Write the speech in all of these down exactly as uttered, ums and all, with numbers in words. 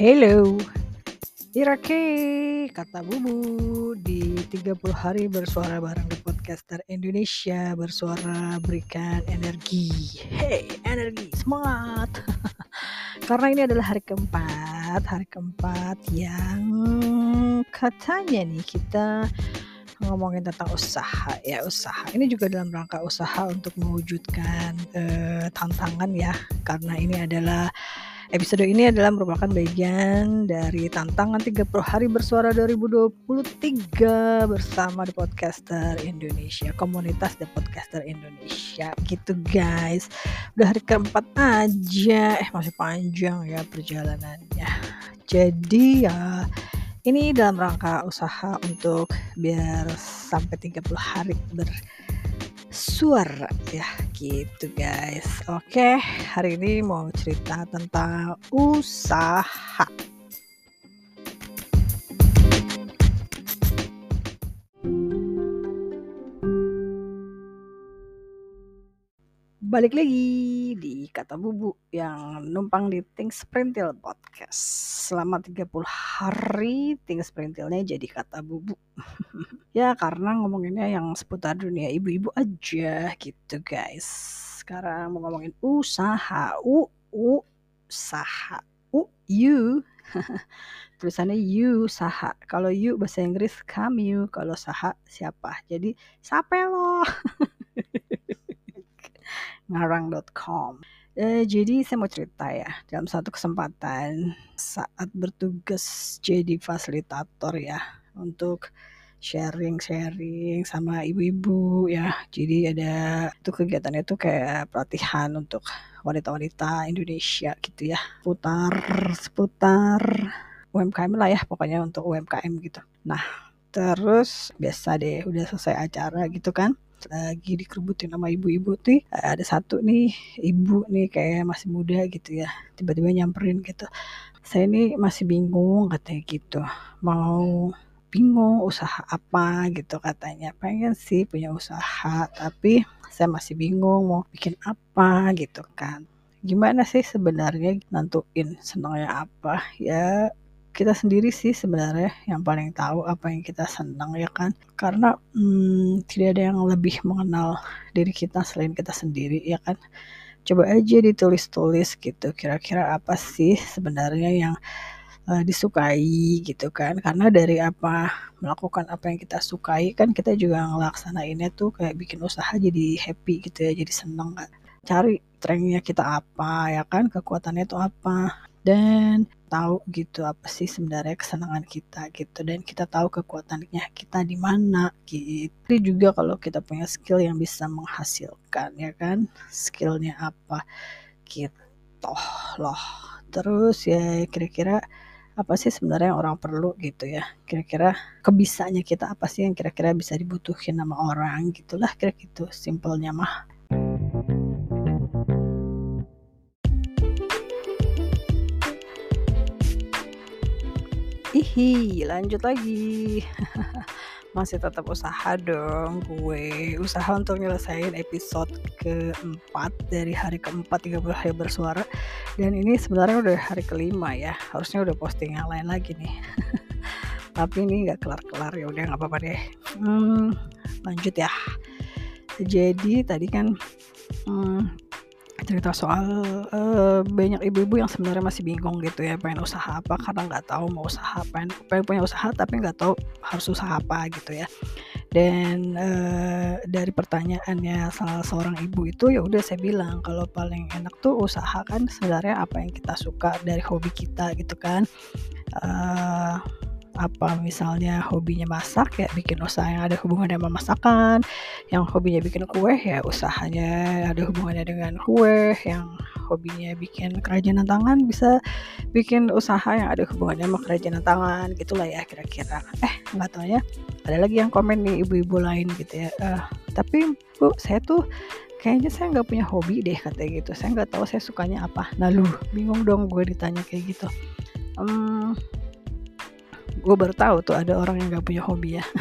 Hello, Irake, kata Bubu di tiga puluh hari bersuara bareng di Podcaster Indonesia, bersuara berikan energi. Hey, energi, semangat. Karena ini adalah hari keempat, hari keempat yang katanya nih kita ngomongin tentang usaha ya, usaha. Ini juga dalam rangka usaha untuk mewujudkan eh, tantangan ya, karena ini adalah episode ini adalah merupakan bagian dari tantangan tiga puluh hari bersuara dua ribu dua puluh tiga bersama The Podcaster Indonesia, komunitas The Podcaster Indonesia gitu guys. Udah hari keempat aja, eh masih panjang ya perjalanannya. Jadi ya ini dalam rangka usaha untuk biar sampai tiga puluh hari ber suara ya gitu guys. Oke, hari ini mau cerita tentang usaha. Balik lagi di kata Bubu yang numpang di Things Perintil Podcast. Selama tiga puluh hari Things Perintilnya jadi kata Bubu. Ya karena ngomonginnya yang seputar dunia ibu-ibu aja gitu guys. Sekarang mau ngomongin usaha. U, u, usaha. U, you. Tulisannya you, saha. Kalau you bahasa Inggris kamu, kalau saha siapa. Jadi siapa lo? ngarang dot com. Eh, jadi saya mau cerita ya, dalam satu kesempatan saat bertugas jadi fasilitator ya, untuk sharing-sharing sama ibu-ibu ya. Jadi ada itu kegiatannya tuh kayak pelatihan untuk wanita-wanita Indonesia gitu ya, seputar seputar U M K M lah ya, pokoknya untuk U M K M gitu. Nah, terus biasa deh udah selesai acara gitu kan, lagi dikerubutin sama ibu-ibu tuh, ada satu nih ibu nih kayak masih muda gitu ya, tiba-tiba nyamperin gitu, saya ini masih bingung katanya gitu, mau bingung usaha apa gitu katanya, pengen sih punya usaha tapi saya masih bingung mau bikin apa gitu kan. Gimana sih sebenarnya nentuin senangnya apa ya, kita sendiri sih sebenarnya yang paling tahu apa yang kita senang ya kan, karena hmm, tidak ada yang lebih mengenal diri kita selain kita sendiri ya kan. Coba aja ditulis-tulis gitu, kira-kira apa sih sebenarnya yang uh, disukai gitu kan, karena dari apa melakukan apa yang kita sukai kan kita juga ngelaksanainnya tuh kayak bikin usaha jadi happy gitu ya, jadi seneng kan. Cari strength-nya kita apa ya kan, kekuatannya itu apa, dan tahu gitu apa sih sebenarnya kesenangan kita gitu, dan kita tahu kekuatannya kita di mana gitu. Tapi juga kalau kita punya skill yang bisa menghasilkan ya kan, skillnya apa gitu loh. Terus ya kira-kira apa sih sebenarnya yang orang perlu gitu ya, kira-kira kebisanya kita apa sih yang kira-kira bisa dibutuhin sama orang gitulah, kira gitu simpelnya mah. Ihi, lanjut lagi. Masih tetap usaha dong gue. Usaha untuk nyelesain episode keempat dari hari keempat tiga puluh hari bersuara. Dan ini sebenarnya udah hari kelima ya. Harusnya udah posting yang lain lagi nih. Tapi ini gak kelar-kelar, ya udah gak apa-apa deh. Hmm, lanjut ya. Jadi tadi kan hmm, cerita soal uh, banyak ibu-ibu yang sebenarnya masih bingung gitu ya, pengen usaha apa karena nggak tahu mau usaha, pengen, pengen punya usaha tapi nggak tahu harus usaha apa gitu ya. Dan uh, dari pertanyaannya salah seorang ibu itu, ya udah saya bilang kalau paling enak tuh usaha kan sebenarnya apa yang kita suka dari hobi kita gitu kan. Uh, apa misalnya hobinya masak ya bikin usaha yang ada hubungannya sama masakan, yang hobinya bikin kue ya usahanya ada hubungannya dengan kue, yang hobinya bikin kerajinan tangan bisa bikin usaha yang ada hubungannya sama kerajinan tangan gitulah ya kira-kira. Eh nggak tahu ya, ada lagi yang komen nih ibu-ibu lain gitu ya, uh, tapi bu saya tuh kayaknya saya nggak punya hobi deh katanya gitu, saya nggak tahu saya sukanya apa. Nah lu bingung dong gue ditanya kayak gitu. Hmm, gue baru tahu tuh ada orang yang nggak punya hobi ya.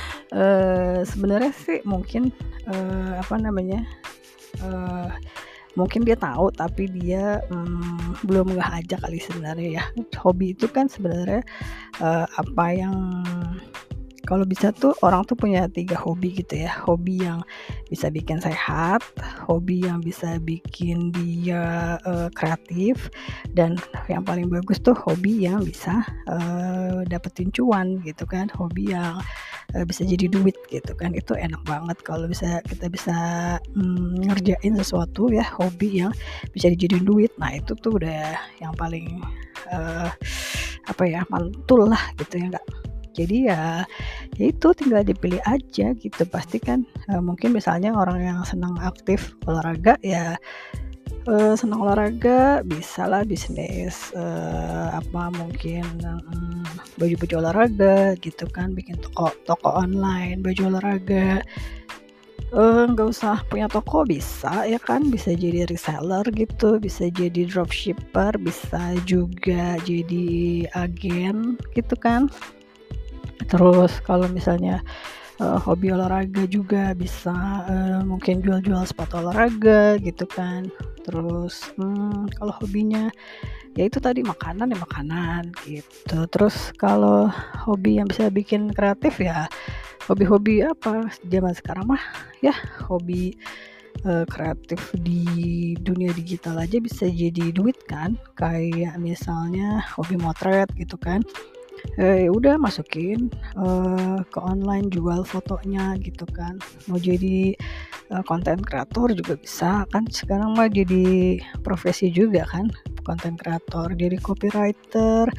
uh, sebenarnya sih mungkin uh, apa namanya uh, mungkin dia tahu tapi dia hmm, belum ngeh aja kali sebenarnya ya. Hobi itu kan sebenarnya uh, apa yang kalau bisa tuh orang tuh punya tiga hobi gitu ya. Hobi yang bisa bikin sehat, hobi yang bisa bikin dia uh, kreatif, dan yang paling bagus tuh hobi yang bisa uh, dapetin cuan gitu kan. Hobi yang uh, bisa jadi duit gitu kan. Itu enak banget kalau bisa kita bisa mm, ngerjain sesuatu ya, hobi yang bisa dijadiin duit. Nah itu tuh udah yang paling uh, apa ya, mantul lah gitu ya enggak. Jadi ya, ya itu tinggal dipilih aja gitu. Pasti kan uh, mungkin misalnya orang yang senang aktif olahraga ya uh, senang olahraga bisa lah bisnis uh, apa mungkin um, baju-baju olahraga gitu kan, bikin toko toko online baju olahraga. Nggak uh, usah punya toko bisa ya kan, bisa jadi reseller gitu, bisa jadi dropshipper, bisa juga jadi agen gitu kan. Terus kalau misalnya uh, hobi olahraga juga bisa uh, mungkin jual-jual sepatu olahraga gitu kan. Terus hmm, kalau hobinya ya itu tadi makanan ya makanan gitu. Terus kalau hobi yang bisa bikin kreatif ya hobi-hobi apa zaman sekarang mah ya, hobi uh, kreatif di dunia digital aja bisa jadi duit kan. Kayak misalnya hobi motret gitu kan. Eh, udah masukin uh, ke online, jual fotonya gitu kan. Mau jadi konten uh, kreator juga bisa kan, sekarang mah jadi profesi juga kan, konten kreator, jadi copywriter,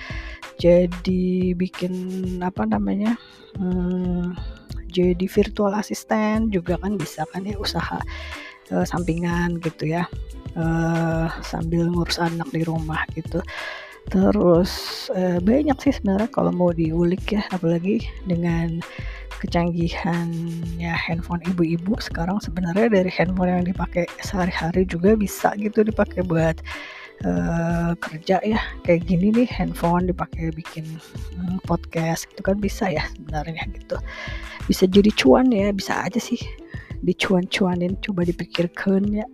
jadi bikin apa namanya hmm, jadi virtual assistant juga kan bisa kan ya, usaha uh, sampingan gitu ya, uh, sambil ngurus anak di rumah gitu. Terus eh, banyak sih sebenarnya kalau mau diulik ya, apalagi dengan kecanggihan ya handphone ibu-ibu sekarang. Sebenarnya dari handphone yang dipakai sehari-hari juga bisa gitu dipakai buat eh, kerja ya, kayak gini nih handphone dipakai bikin hmm, podcast gitu kan bisa ya sebenarnya gitu. Bisa jadi cuan ya, bisa aja sih dicuan-cuanin, coba dipikirkan ya.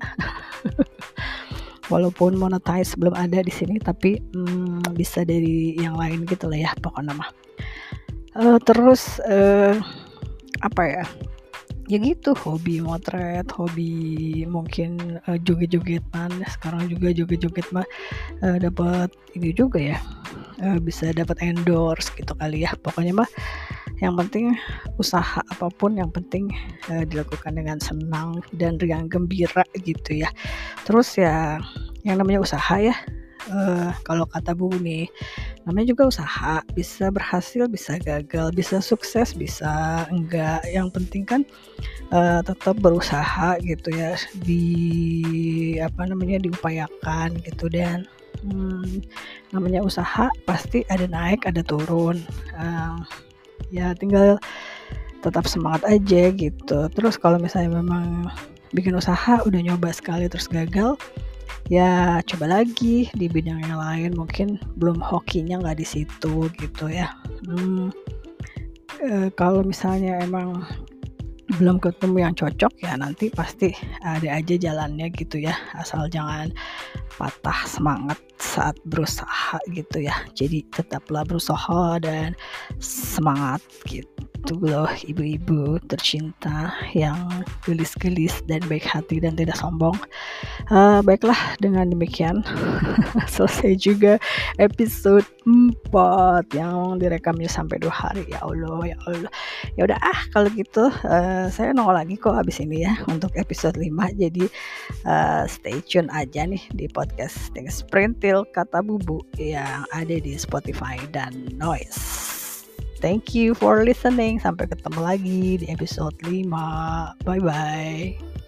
Walaupun monetize belum ada di sini, tapi hmm, bisa dari yang lain gitu lah ya pokoknya mah. Uh, terus uh, apa ya? Ya gitu, hobi motret, hobi mungkin uh, joget-jogetan. Sekarang juga joget-joget mah uh, dapat ini juga ya, uh, bisa dapat endorse gitu kali ya. Pokoknya mah yang penting usaha apapun yang penting uh, dilakukan dengan senang dan riang gembira gitu ya. Terus ya yang namanya usaha ya, uh, kalau kata Bu nih, namanya juga usaha, bisa berhasil bisa gagal, bisa sukses bisa enggak, yang penting kan uh, tetap berusaha gitu ya, di apa namanya diupayakan gitu. Dan hmm, namanya usaha pasti ada naik ada turun, uh, ya tinggal tetap semangat aja gitu. Terus kalau misalnya memang bikin usaha udah nyoba sekali terus gagal, ya coba lagi di bidang yang lain, mungkin belum hokinya nggak di situ gitu ya. Hmm, e, kalau misalnya emang belum ketemu yang cocok ya nanti pasti ada aja jalannya gitu ya, asal jangan patah semangat saat berusaha gitu ya. Jadi tetaplah berusaha dan semangat gitu loh ibu-ibu tercinta yang gelis-gelis dan baik hati dan tidak sombong. Uh, baiklah, dengan demikian selesai juga episode empat yang direkamnya sampai dua hari. Ya Allah, ya Allah. Ya udah ah kalau gitu uh, saya nongol lagi kok abis ini ya untuk episode lima. Jadi uh, stay tune aja nih di podcast Sprintil Kata Bubu yang ada di Spotify dan Noise. Thank you for listening. Sampai ketemu lagi di episode lima. Bye bye.